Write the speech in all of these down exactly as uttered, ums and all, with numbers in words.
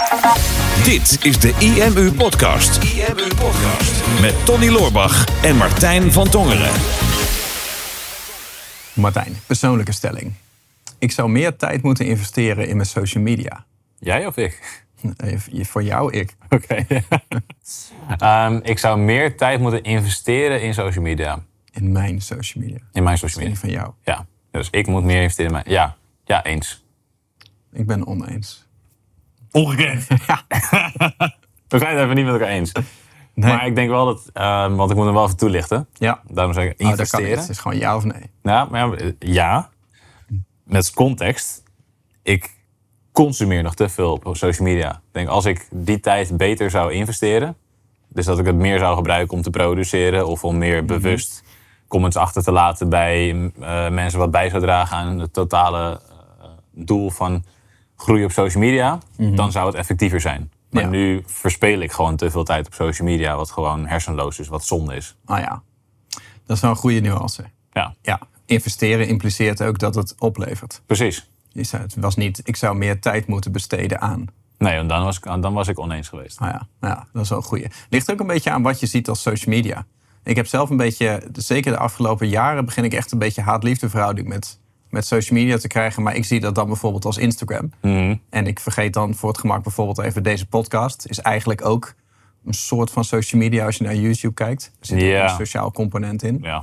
Dit is de I M U-podcast. I M U-podcast. Met Tony Loorbach en Martijn van Tongeren. Martijn, persoonlijke stelling. Ik zou meer tijd moeten investeren in mijn social media. Jij of ik? Voor jou, ik. Oké. Okay. um, ik zou meer tijd moeten investeren in social media. In mijn social media? In mijn social media. Van jou? Ja. Dus ik moet meer investeren in mijn... Ja, ja eens. Ik ben oneens. Ongekend. Ja. We zijn het even niet met elkaar eens. Nee. Maar ik denk wel dat... Uh, want ik moet hem wel even toelichten. Ja. Daarom zeg ik investeren. Oh, het is gewoon ja of nee. Nou, maar ja, ja. Met context. Ik consumeer nog te veel op social media. Ik denk, als ik die tijd beter zou investeren... Dus dat ik het meer zou gebruiken om te produceren... of om meer mm-hmm. bewust comments achter te laten... bij uh, mensen wat bij zou dragen aan het totale uh, doel van... groei op social media, mm-hmm. dan zou het effectiever zijn. Maar ja. nu verspeel ik gewoon te veel tijd op social media... wat gewoon hersenloos is, wat zonde is. Ah ja, dat is wel een goede nuance. Ja. ja. Investeren impliceert ook dat het oplevert. Precies. Het was niet, ik zou meer tijd moeten besteden aan. Nee, dan was ik, dan was ik oneens geweest. Ah ja, ja, dat is wel een goeie. Ligt ook een beetje aan wat je ziet als social media. Ik heb zelf een beetje, zeker de afgelopen jaren... begin ik echt een beetje haat-liefde verhouding met... met social media te krijgen. Maar ik zie dat dan bijvoorbeeld als Instagram. Mm-hmm. En ik vergeet dan voor het gemak bijvoorbeeld even deze podcast. Is eigenlijk ook een soort van social media als je naar YouTube kijkt. Er zit yeah. ook een sociaal component in. Ja.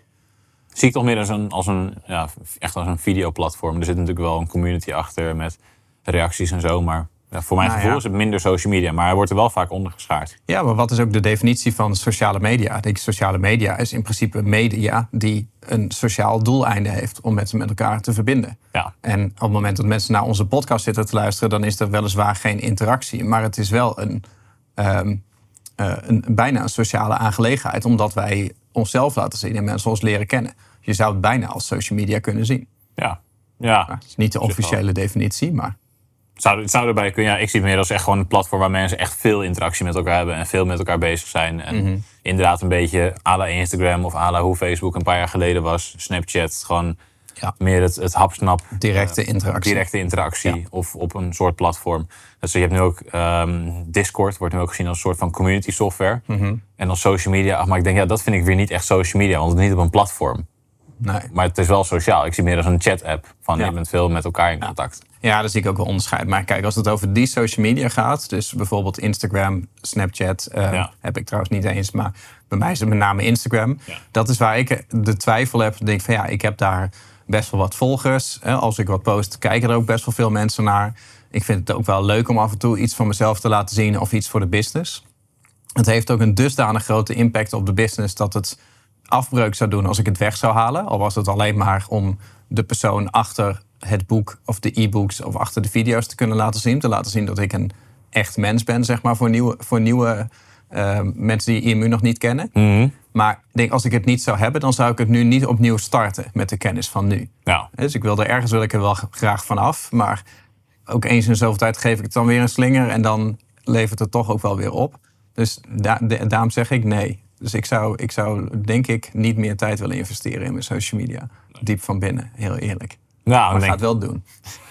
Zie ik toch meer als een, als een, ja, echt als een videoplatform. Er zit natuurlijk wel een community achter met reacties en zo. Maar ja, voor mijn nou, gevoel ja. is het minder social media. Maar hij wordt er wel vaak onder geschaard. Ja, maar wat is ook de definitie van sociale media? Ik denk, sociale media is in principe media die een sociaal doeleinde heeft om mensen met elkaar te verbinden. Ja. En op het moment dat mensen naar onze podcast zitten te luisteren, dan is er weliswaar geen interactie. Maar het is wel een, um, uh, een bijna een sociale aangelegenheid, omdat wij onszelf laten zien en mensen ons leren kennen. Je zou het bijna als social media kunnen zien. Ja. Ja. Nou, het is niet de officiële definitie, maar... Zou, het zou erbij kunnen, ja, ik zie het meer als echt gewoon een platform waar mensen echt veel interactie met elkaar hebben en veel met elkaar bezig zijn. En mm-hmm. inderdaad een beetje à la Instagram of à la hoe Facebook een paar jaar geleden was. Snapchat, gewoon ja. meer het, het hapsnap. Directe interactie. Directe interactie ja. of op een soort platform. Dus je hebt nu ook um, Discord, wordt nu ook gezien als een soort van community software. Mm-hmm. En als social media, ach, maar ik denk ja, dat vind ik weer niet echt social media, want het is niet op een platform. Nee. Maar het is wel sociaal. Ik zie meer als een chat-app van ja. je bent veel met elkaar in contact. Ja. Ja, daar zie ik ook wel onderscheid. Maar kijk, als het over die social media gaat... dus bijvoorbeeld Instagram, Snapchat... Uh, ja. heb ik trouwens niet eens, maar bij mij is het met name Instagram. Ja. Dat is waar ik de twijfel heb. Ik denk van ja, ik heb daar best wel wat volgers. Als ik wat post, kijken er ook best wel veel mensen naar. Ik vind het ook wel leuk om af en toe iets van mezelf te laten zien... of iets voor de business. Het heeft ook een dusdanig grote impact op de business... dat het afbreuk zou doen als ik het weg zou halen. Al was het alleen maar om de persoon achter... het boek of de e-books of achter de video's te kunnen laten zien. Te laten zien dat ik een echt mens ben, zeg maar, voor nieuwe, voor nieuwe uh, mensen die I M U nog niet kennen. Mm-hmm. Maar ik denk, als ik het niet zou hebben, dan zou ik het nu niet opnieuw starten met de kennis van nu. Ja. Dus ik wil er ergens wil ik er wel graag van af. Maar ook eens in zoveel tijd geef ik het dan weer een slinger en dan levert het toch ook wel weer op. Dus da- de, daarom zeg ik nee. Dus ik zou, ik zou, denk ik, niet meer tijd willen investeren in mijn social media. Diep van binnen, heel eerlijk. Nou, maar denk... ga het wel doen.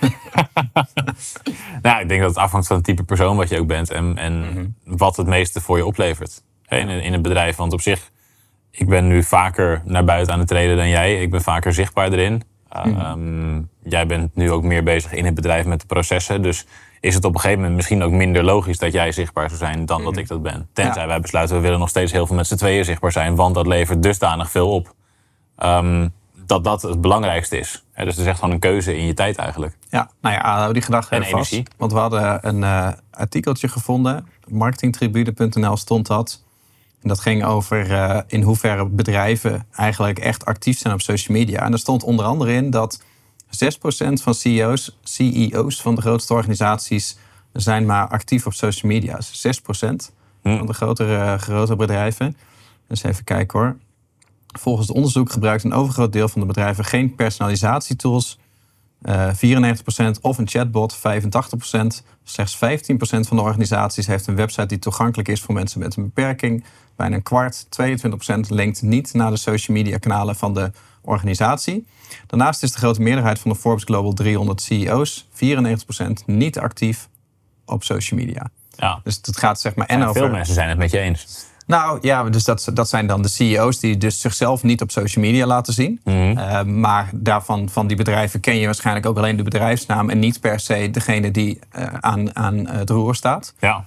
nou, ik denk dat het afhangt van het type persoon wat je ook bent. En, en mm-hmm. wat het meeste voor je oplevert. In, in het bedrijf. Want op zich, ik ben nu vaker naar buiten aan het treden dan jij. Ik ben vaker zichtbaar erin. Mm-hmm. Um, jij bent nu ook meer bezig in het bedrijf met de processen. Dus is het op een gegeven moment misschien ook minder logisch dat jij zichtbaar zou zijn dan mm-hmm. dat ik dat ben. Tenzij ja. wij besluiten, we willen nog steeds heel veel met z'n tweeën zichtbaar zijn. Want dat levert dusdanig veel op. Um, dat dat het belangrijkste is. Ja, dus het is echt gewoon een keuze in je tijd eigenlijk. Ja, nou ja, hou die gedachte even vast. Energie. Want we hadden een uh, artikeltje gevonden. marketingtribune punt n l stond dat. En dat ging over uh, in hoeverre bedrijven eigenlijk echt actief zijn op social media. En er stond onder andere in dat zes procent van C E O's, C E O's van de grootste organisaties zijn maar actief op social media. Dus zes procent hmm. van de grotere, grotere bedrijven. Dus even kijken hoor. Volgens het onderzoek gebruikt een overgroot deel van de bedrijven geen personalisatietools. Uh, vierennegentig procent of een chatbot, vijfentachtig procent. Slechts vijftien procent van de organisaties heeft een website die toegankelijk is voor mensen met een beperking. Bijna een kwart, tweeëntwintig procent linkt niet naar de social media kanalen van de organisatie. Daarnaast is de grote meerderheid van de Forbes Global driehonderd C E O's, vierennegentig procent, niet actief op social media. Ja. Dus het gaat zeg maar... En, en veel over... mensen zijn het met je eens. Nou ja, dus dat, dat zijn dan de C E O's die dus zichzelf niet op social media laten zien. Mm-hmm. Uh, maar daarvan van die bedrijven ken je waarschijnlijk ook alleen de bedrijfsnaam... en niet per se degene die uh, aan, aan het roer staat. Ja.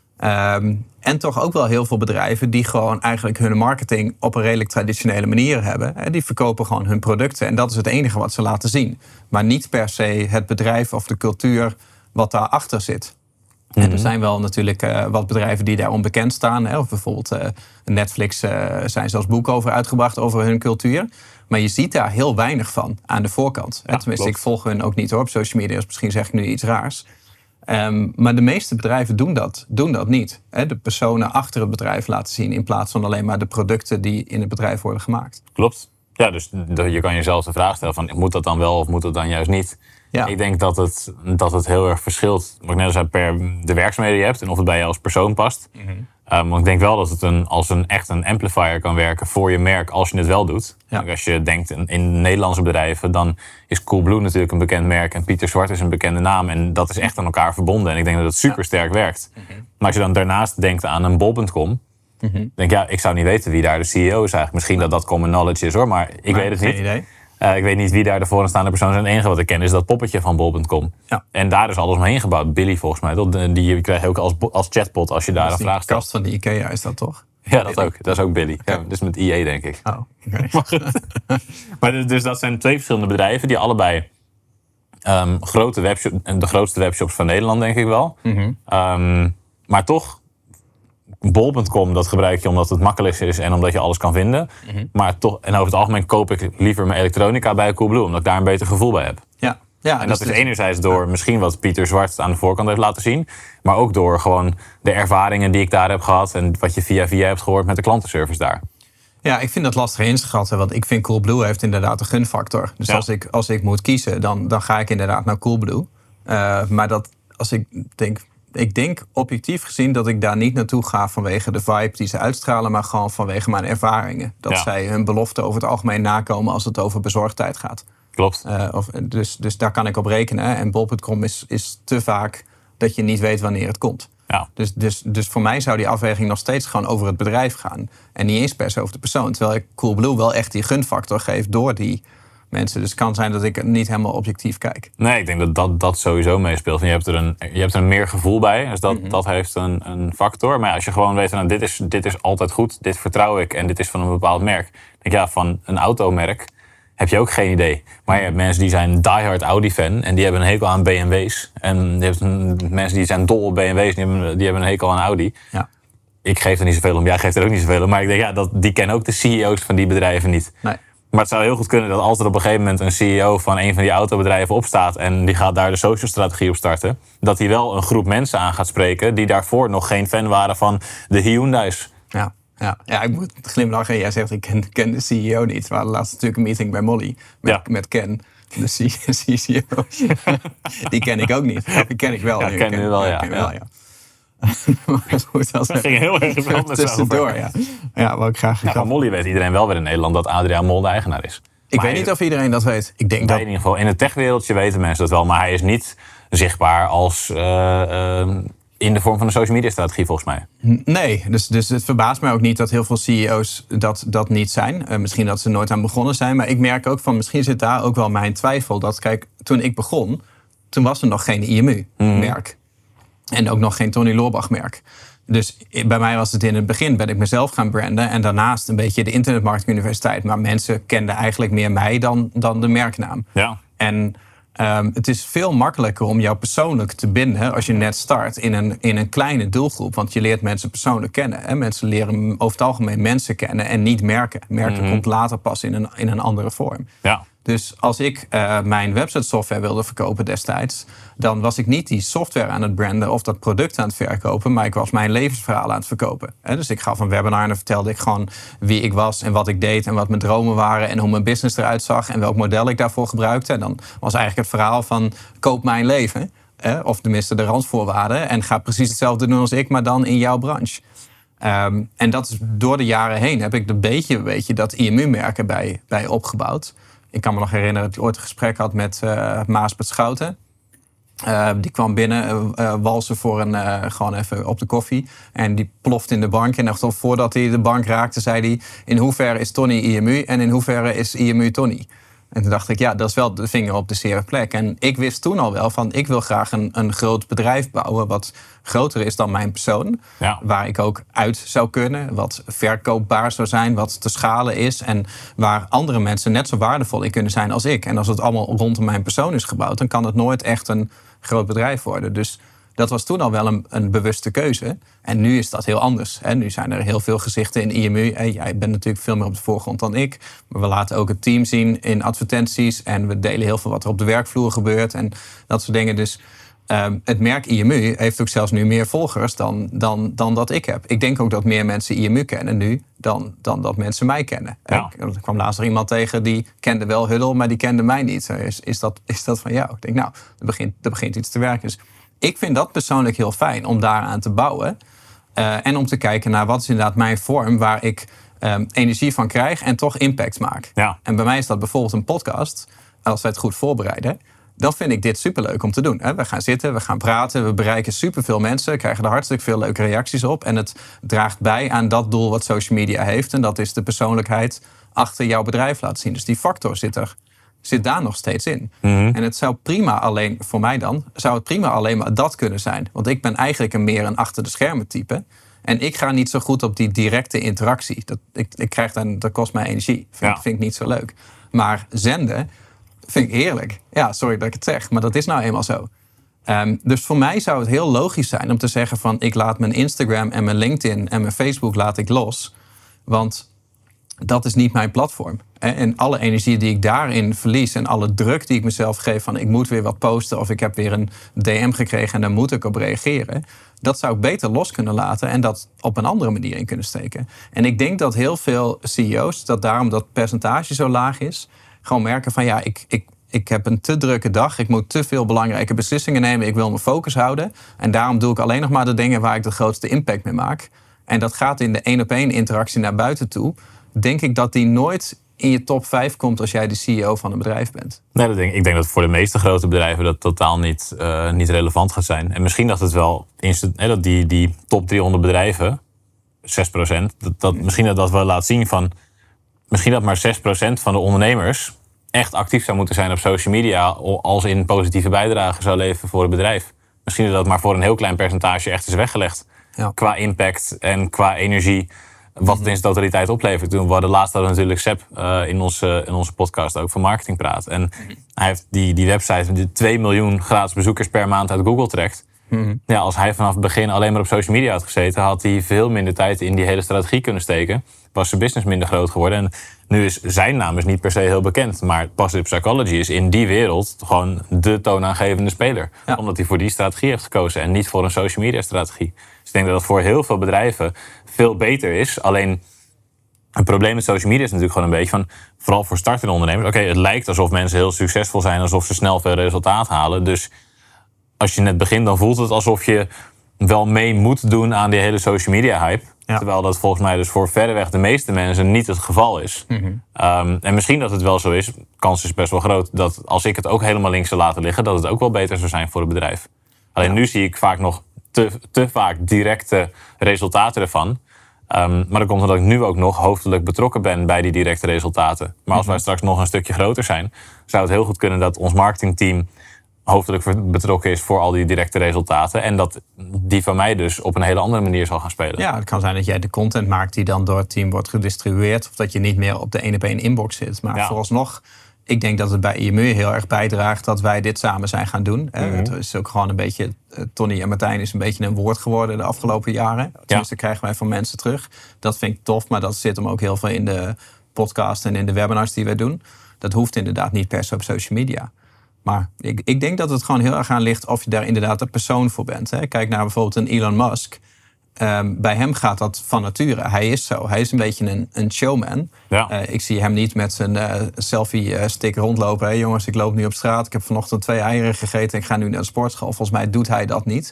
Um, en toch ook wel heel veel bedrijven die gewoon eigenlijk hun marketing op een redelijk traditionele manier hebben. Hè, die verkopen gewoon hun producten en dat is het enige wat ze laten zien. Maar niet per se het bedrijf of de cultuur wat daarachter zit. Mm-hmm. En er zijn wel natuurlijk uh, wat bedrijven die daar onbekend staan. Hè, of bijvoorbeeld uh, Netflix uh, zijn zelfs boeken over uitgebracht over hun cultuur. Maar je ziet daar heel weinig van aan de voorkant. Ja, Tenminste, klopt. Ik volg hun ook niet hoor op social media. Dus misschien zeg ik nu iets raars. Um, maar de meeste bedrijven doen dat, doen dat niet. Hè? De personen achter het bedrijf laten zien... in plaats van alleen maar de producten die in het bedrijf worden gemaakt. Klopt. Ja, dus je kan jezelf de vraag stellen van... moet dat dan wel of moet dat dan juist niet? Ja. Ik denk dat het, dat het heel erg verschilt... wat ik net al zei, per de werkzaamheden die je hebt... en of het bij je als persoon past. Mm-hmm. Um, want ik denk wel dat het een, als een echt een amplifier kan werken... voor je merk als je het wel doet. Ja. Als je denkt in, in Nederlandse bedrijven... dan is Coolblue natuurlijk een bekend merk... en Pieter Zwart is een bekende naam... en dat is echt aan elkaar verbonden. En ik denk dat het super sterk werkt. Mm-hmm. Maar als je dan daarnaast denkt aan een bol punt com... Mm-hmm. denk ja, ik zou niet weten wie daar de C E O is eigenlijk. Misschien dat dat common knowledge is hoor, maar ik maar weet het niet. Idee. Uh, ik weet niet wie daar de vooraanstaande persoon is. En het enige wat ik ken is dat poppetje van bol punt com. Ja. En daar is alles omheen gebouwd. Billy volgens mij. Die krijg je ook als, als chatbot als je daar een vraag stelt. De kast van de IKEA is dat toch? Ja, dat ook. Dat is ook Billy. Okay. Ja, dus met I E denk ik. Oh, okay. maar dus, dus dat zijn twee verschillende bedrijven die allebei um, grote webshop, de grootste webshops van Nederland denk ik wel. Mm-hmm. Um, maar toch... bol punt com, dat gebruik je omdat het makkelijkst is en omdat je alles kan vinden. Mm-hmm. Maar toch, en over het algemeen koop ik liever mijn elektronica bij Coolblue, omdat ik daar een beter gevoel bij heb. Ja. Ja, en dus dat is enerzijds door ja. misschien wat Pieter Zwart aan de voorkant heeft laten zien, maar ook door gewoon de ervaringen die ik daar heb gehad en wat je via via hebt gehoord met de klantenservice daar. Ja, ik vind dat lastig inschatten, want ik vind Coolblue heeft inderdaad een gunfactor. Dus ja. als, ik, als ik moet kiezen, dan, dan ga ik inderdaad naar Coolblue. Uh, maar dat als ik denk... Ik denk objectief gezien dat ik daar niet naartoe ga vanwege de vibe die ze uitstralen, maar gewoon vanwege mijn ervaringen. Dat ja. zij hun belofte over het algemeen nakomen als het over bezorgdheid gaat. Klopt. Uh, of, dus, dus daar kan ik op rekenen. En bol punt com is, is te vaak dat je niet weet wanneer het komt. Ja. Dus, dus, dus voor mij zou die afweging nog steeds gewoon over het bedrijf gaan. En niet eens per se over de persoon. Terwijl ik Coolblue wel echt die gunfactor geef door die mensen. Dus het kan zijn dat ik niet helemaal objectief kijk. Nee, ik denk dat dat, dat sowieso meespeelt. Je hebt er een, je hebt er meer gevoel bij. Dus dat, mm-hmm. dat heeft een, een factor. Maar ja, als je gewoon weet, nou, dit, is, dit is altijd goed. Dit vertrouw ik. En dit is van een bepaald merk. Denk ja, van een automerk heb je ook geen idee. Maar je hebt mensen die zijn diehard Audi-fan. En die hebben een hekel aan B M W's. En je hebt een, mensen die zijn dol op B M W's. Die hebben, die hebben een hekel aan Audi. Ja. Ik geef er niet zoveel om. Jij geeft er ook niet zoveel om. Maar ik denk, ja, dat, die kennen ook de C E O's van die bedrijven niet. Nee. Maar het zou heel goed kunnen dat als er op een gegeven moment een C E O van een van die autobedrijven opstaat en die gaat daar de social strategie op starten, dat hij wel een groep mensen aan gaat spreken die daarvoor nog geen fan waren van de Hyundai's. Ja, ja. ja ik moet glimlachen. Jij zegt ik ken, ken de C E O niet. We hadden laatst natuurlijk een meeting bij Molly met, ja. met Ken, de C E O. Die ken ik ook niet. Die ken ik wel. Ja, ken nu wel, ja. Ken wel, ja. Maar goed, dat ging heel erg anders tussendoor, ja. Ja, wat ik graag. Ja, van Molly weet iedereen wel weer in Nederland dat Adriaan Mol de eigenaar is. Ik maar weet niet of iedereen dat weet. Ik denk dat in ieder geval in het techwereldje weten mensen dat wel, maar hij is niet zichtbaar als uh, uh, in de vorm van een social media strategie volgens mij. Nee, dus, dus het verbaast mij ook niet dat heel veel C E O's dat, dat niet zijn. Uh, misschien dat ze nooit aan begonnen zijn, maar ik merk ook van misschien zit daar ook wel mijn twijfel dat kijk, toen ik begon, toen was er nog geen I M U-merk. Hmm. En ook nog geen Tony Loorbach-merk. Dus bij mij was het in het begin, ben ik mezelf gaan branden. En daarnaast een beetje de internetmarketing universiteit. Maar mensen kenden eigenlijk meer mij dan, dan de merknaam. Ja. En um, het is veel makkelijker om jou persoonlijk te binden als je net start in een, in een kleine doelgroep. Want je leert mensen persoonlijk kennen. Hè? Mensen leren over het algemeen mensen kennen en niet merken. Merken mm-hmm. komt later pas in een, in een andere vorm. Ja. Dus als ik uh, mijn website software wilde verkopen destijds, dan was ik niet die software aan het branden of dat product aan het verkopen, maar ik was mijn levensverhaal aan het verkopen. He, dus ik gaf een webinar en dan vertelde ik gewoon wie ik was en wat ik deed en wat mijn dromen waren en hoe mijn business eruit zag en welk model ik daarvoor gebruikte. En dan was eigenlijk het verhaal van koop mijn leven. He, of tenminste de randvoorwaarden en ga precies hetzelfde doen als ik, maar dan in jouw branche. Um, en dat is door de jaren heen heb ik een beetje, een beetje dat I M U-merken bij, bij opgebouwd. Ik kan me nog herinneren dat ik ooit een gesprek had met uh, Maasbert Schouten. Uh, die kwam binnen, uh, uh, walsen voor een, uh, gewoon even op de koffie. En die ploft in de bank. En nog voordat hij de bank raakte, zei hij... in hoeverre is Tony I M U en in hoeverre is I M U Tony? En toen dacht ik, ja, dat is wel de vinger op de zere plek. En ik wist toen al wel van, ik wil graag een, een groot bedrijf bouwen... wat groter is dan mijn persoon. Ja. Waar ik ook uit zou kunnen. Wat verkoopbaar zou zijn, wat te schalen is. En waar andere mensen net zo waardevol in kunnen zijn als ik. En als het allemaal rondom mijn persoon is gebouwd... dan kan het nooit echt een groot bedrijf worden. Dus dat was toen al wel een, een bewuste keuze. En nu is dat heel anders. Hè. Nu zijn er heel veel gezichten in I M U. Hey, jij bent natuurlijk veel meer op de voorgrond dan ik. Maar we laten ook het team zien in advertenties. En we delen heel veel wat er op de werkvloer gebeurt. En dat soort dingen. Dus um, het merk I M U heeft ook zelfs nu meer volgers dan, dan, dan dat ik heb. Ik denk ook dat meer mensen I M U kennen nu dan, dan dat mensen mij kennen. Ja. Ik, er kwam laatst er iemand tegen die kende wel Huddle, maar die kende mij niet. Is, is, dat, is dat van jou? Ik denk, nou, er begint, er begint iets te werken. Dus ik vind dat persoonlijk heel fijn om daaraan te bouwen. Uh, en om te kijken naar wat is inderdaad mijn vorm... waar ik um, energie van krijg en toch impact maak. Ja. En bij mij is dat bijvoorbeeld een podcast. Als wij het goed voorbereiden... dan vind ik dit superleuk om te doen. We gaan zitten, we gaan praten, we bereiken superveel mensen... krijgen er hartstikke veel leuke reacties op... en het draagt bij aan dat doel wat social media heeft... en dat is de persoonlijkheid achter jouw bedrijf laten zien. Dus die factor zit er... zit daar nog steeds in. Mm-hmm. En het zou prima alleen, voor mij dan... zou het prima alleen maar dat kunnen zijn. Want ik ben eigenlijk een meer een achter de schermen type. En ik ga niet zo goed op die directe interactie. Dat, ik, ik krijg dan, dat kost mij energie. Vind, ja. vind ik niet zo leuk. Maar zenden vind ik heerlijk. Ja, sorry dat ik het zeg, maar dat is nou eenmaal zo. Um, dus voor mij zou het heel logisch zijn om te zeggen van... ik laat mijn Instagram en mijn LinkedIn en mijn Facebook laat ik los. Want dat is niet mijn platform. En alle energie die ik daarin verlies... en alle druk die ik mezelf geef van... ik moet weer wat posten of ik heb weer een D M gekregen... en daar moet ik op reageren. Dat zou ik beter los kunnen laten... en dat op een andere manier in kunnen steken. En ik denk dat heel veel C E O's... dat daarom dat percentage zo laag is... gewoon merken van ja, ik, ik, ik heb een te drukke dag... ik moet te veel belangrijke beslissingen nemen... ik wil mijn focus houden... en daarom doe ik alleen nog maar de dingen... waar ik de grootste impact mee maak. En dat gaat in de één-op-één interactie naar buiten toe... denk ik dat die nooit in je top vijf komt als jij de C E O van een bedrijf bent. Nee, dat denk ik. Ik denk dat voor de meeste grote bedrijven dat totaal niet, uh, niet relevant gaat zijn. En misschien dat het wel, instant, hè, dat die, die top driehonderd bedrijven, zes procent, dat, dat, misschien dat dat wel laat zien van, misschien dat maar zes procent van de ondernemers echt actief zou moeten zijn op social media als in positieve bijdrage zou leveren voor het bedrijf. Misschien dat dat maar voor een heel klein percentage echt is weggelegd. Ja. Qua impact en qua energie. Wat het in zijn totaliteit oplevert. Toen we hadden laatst hadden we natuurlijk Seb uh, in, onze, in onze podcast ook van Marketing Praat. En hij heeft die, die website die twee miljoen gratis bezoekers per maand uit Google trekt. Mm-hmm. Ja, als hij vanaf het begin alleen maar op social media had gezeten... had hij veel minder tijd in die hele strategie kunnen steken. Was zijn business minder groot geworden. En nu is zijn naam is niet per se heel bekend. Maar Positive Psychology is in die wereld gewoon de toonaangevende speler. Ja. Omdat hij voor die strategie heeft gekozen en niet voor een social media strategie. Dus ik denk dat dat voor heel veel bedrijven veel beter is. Alleen het probleem met social media is natuurlijk gewoon een beetje van... vooral voor startende ondernemers. Oké, okay, het lijkt alsof mensen heel succesvol zijn... alsof ze snel veel resultaat halen. Dus als je net begint, dan voelt het alsof je wel mee moet doen aan die hele social media hype. Ja. Terwijl dat volgens mij dus voor verreweg de meeste mensen niet het geval is. Mm-hmm. Um, en misschien dat het wel zo is, kans is best wel groot... dat als ik het ook helemaal links zou laten liggen... dat het ook wel beter zou zijn voor het bedrijf. Alleen ja. nu zie ik vaak nog te, te vaak directe resultaten ervan. Um, maar dat komt omdat ik nu ook nog hoofdelijk betrokken ben... bij die directe resultaten. Maar als mm-hmm. wij straks nog een stukje groter zijn... zou het heel goed kunnen dat ons marketingteam... hoofdelijk betrokken is voor al die directe resultaten. En dat die van mij dus op een hele andere manier zal gaan spelen. Ja, het kan zijn dat jij de content maakt die dan door het team wordt gedistribueerd. Of dat je niet meer op de één-op-één inbox zit. Maar ja. vooralsnog, ik denk dat het bij I M U heel erg bijdraagt dat wij dit samen zijn gaan doen. Mm-hmm. Het is ook gewoon een beetje, Tony en Martijn is een beetje een woord geworden de afgelopen jaren. Tenminste, ja. krijgen wij van mensen terug. Dat vind ik tof, maar dat zit hem ook heel veel in de podcast en in de webinars die wij doen. Dat hoeft inderdaad niet per se op social media. Maar ik, ik denk dat het gewoon heel erg aan ligt of je daar inderdaad een persoon voor bent. Hè. Kijk naar bijvoorbeeld een Elon Musk. Um, bij hem gaat dat van nature. Hij is zo. Hij is een beetje een, een showman. Ja. Uh, ik zie hem niet met zijn uh, selfie-stick rondlopen. Hey, jongens, ik loop nu op straat. Ik heb vanochtend twee eieren gegeten. Ik ga nu naar de sportschool. Volgens mij doet hij dat niet.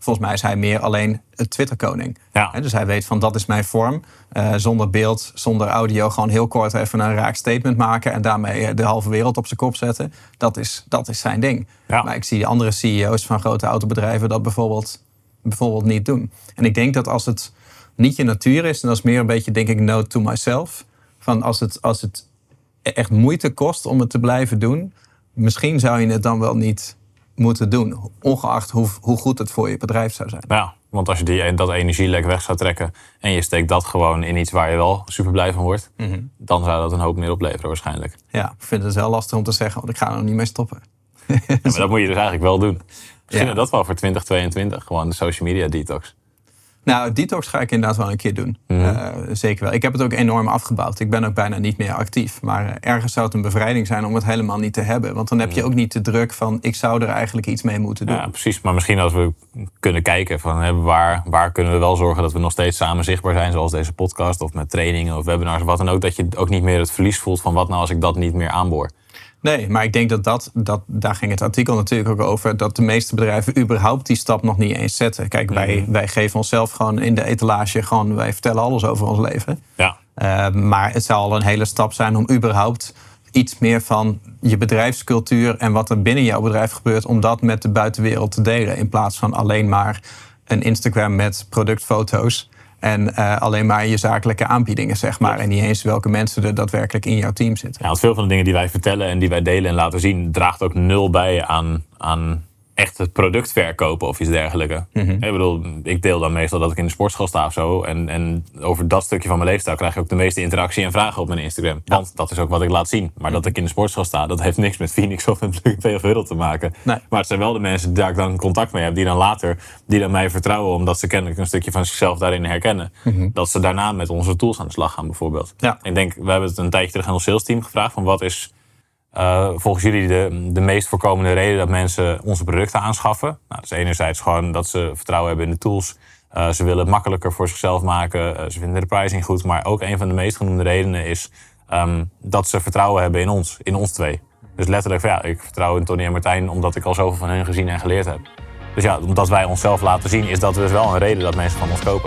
Volgens mij is hij meer alleen het Twitter-koning. Ja. Dus hij weet van dat is mijn vorm. Uh, zonder beeld, zonder audio, gewoon heel kort even een raak statement maken en daarmee de halve wereld op zijn kop zetten. Dat is, dat is zijn ding. Ja. Maar ik zie andere C E O's van grote autobedrijven dat bijvoorbeeld, bijvoorbeeld niet doen. En ik denk dat als het niet je natuur is, en dat is meer een beetje, denk ik, note to myself. Van als het, als het echt moeite kost om het te blijven doen, misschien zou je het dan wel niet moeten doen. Ongeacht hoe, hoe goed het voor je bedrijf zou zijn. Ja, want als je die, dat energielek weg zou trekken en je steekt dat gewoon in iets waar je wel super blij van wordt, mm-hmm. dan zou dat een hoop meer opleveren waarschijnlijk. Ja, ik vind het wel lastig om te zeggen, want ik ga er nog niet mee stoppen. Ja, maar dat moet je dus eigenlijk wel doen. Misschien ja. dat wel voor twintig tweeëntwintig, gewoon de social media detox. Nou, detox ga ik inderdaad wel een keer doen. Mm-hmm. Uh, zeker wel. Ik heb het ook enorm afgebouwd. Ik ben ook bijna niet meer actief. Maar uh, ergens zou het een bevrijding zijn om het helemaal niet te hebben. Want dan heb je ook niet de druk van, ik zou er eigenlijk iets mee moeten doen. Ja, precies. Maar misschien als we kunnen kijken van hè, waar, waar kunnen we wel zorgen dat we nog steeds samen zichtbaar zijn, zoals deze podcast of met trainingen of webinars of wat dan ook. Dat je ook niet meer het verlies voelt van wat nou als ik dat niet meer aanboor. Nee, maar ik denk dat, dat, dat daar ging het artikel natuurlijk ook over, dat de meeste bedrijven überhaupt die stap nog niet eens zetten. Kijk, mm-hmm. wij, wij geven onszelf gewoon in de etalage, gewoon, wij vertellen alles over ons leven. Ja. Uh, maar het zou al een hele stap zijn om überhaupt iets meer van je bedrijfscultuur en wat er binnen jouw bedrijf gebeurt, om dat met de buitenwereld te delen. In plaats van alleen maar een Instagram met productfoto's. En uh, alleen maar je zakelijke aanbiedingen, zeg maar. En niet eens welke mensen er daadwerkelijk in jouw team zitten. Ja, want veel van de dingen die wij vertellen en die wij delen en laten zien, draagt ook nul bij aan, aan echt het product verkopen of iets dergelijks. Mm-hmm. Ik bedoel, ik deel dan meestal dat ik in de sportschool sta of zo. En, en over dat stukje van mijn leefstijl krijg je ook de meeste interactie en vragen op mijn Instagram. Ja. Want dat is ook wat ik laat zien. Maar mm-hmm. dat ik in de sportschool sta, dat heeft niks met Phoenix of met Plug and Play of Huddle te maken. Nee. Maar het zijn wel de mensen daar ik dan contact mee heb, die dan later, die dan mij vertrouwen, omdat ze kennelijk een stukje van zichzelf daarin herkennen. Mm-hmm. Dat ze daarna met onze tools aan de slag gaan bijvoorbeeld. Ja. Ik denk, we hebben het een tijdje terug aan ons sales team gevraagd van wat is Uh, volgens jullie de, de meest voorkomende reden dat mensen onze producten aanschaffen. Nou, dat is enerzijds gewoon dat ze vertrouwen hebben in de tools. Uh, ze willen het makkelijker voor zichzelf maken. Uh, ze vinden de pricing goed. Maar ook een van de meest genoemde redenen is um, dat ze vertrouwen hebben in ons. In ons twee. Dus letterlijk van ja, ik vertrouw in Tony en Martijn omdat ik al zoveel van hen gezien en geleerd heb. Dus ja, omdat wij onszelf laten zien, is dat dus wel een reden dat mensen van ons kopen.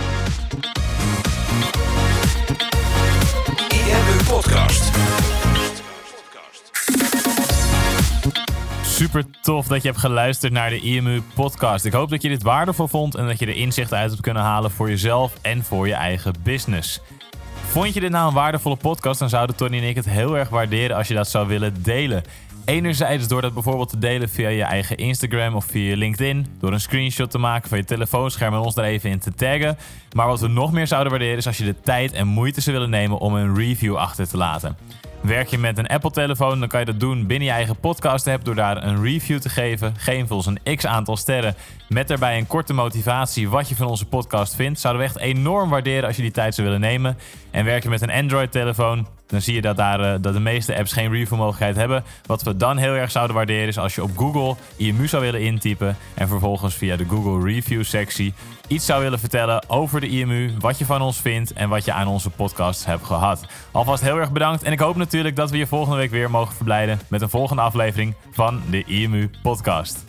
I M U Podcast. Super tof dat je hebt geluisterd naar de I M U podcast. Ik hoop dat je dit waardevol vond en dat je er inzichten uit hebt kunnen halen voor jezelf en voor je eigen business. Vond je dit nou een waardevolle podcast, dan zouden Tony en ik het heel erg waarderen als je dat zou willen delen. Enerzijds door dat bijvoorbeeld te delen via je eigen Instagram of via je LinkedIn. Door een screenshot te maken van je telefoonscherm en ons er even in te taggen. Maar wat we nog meer zouden waarderen is als je de tijd en moeite zou willen nemen om een review achter te laten. Werk je met een Apple-telefoon, dan kan je dat doen binnen je eigen podcast-app door daar een review te geven. Geef ons een x-aantal sterren met daarbij een korte motivatie wat je van onze podcast vindt. Zouden we echt enorm waarderen als je die tijd zou willen nemen. En werk je met een Android-telefoon, dan zie je dat, daar, uh, dat de meeste apps geen review-mogelijkheid hebben. Wat we dan heel erg zouden waarderen is als je op Google I M U zou willen intypen en vervolgens via de Google Review-sectie iets zou willen vertellen over de I M U, wat je van ons vindt en wat je aan onze podcast hebt gehad. Alvast heel erg bedankt en ik hoop natuurlijk dat we je volgende week weer mogen verblijden met een volgende aflevering van de I M U podcast.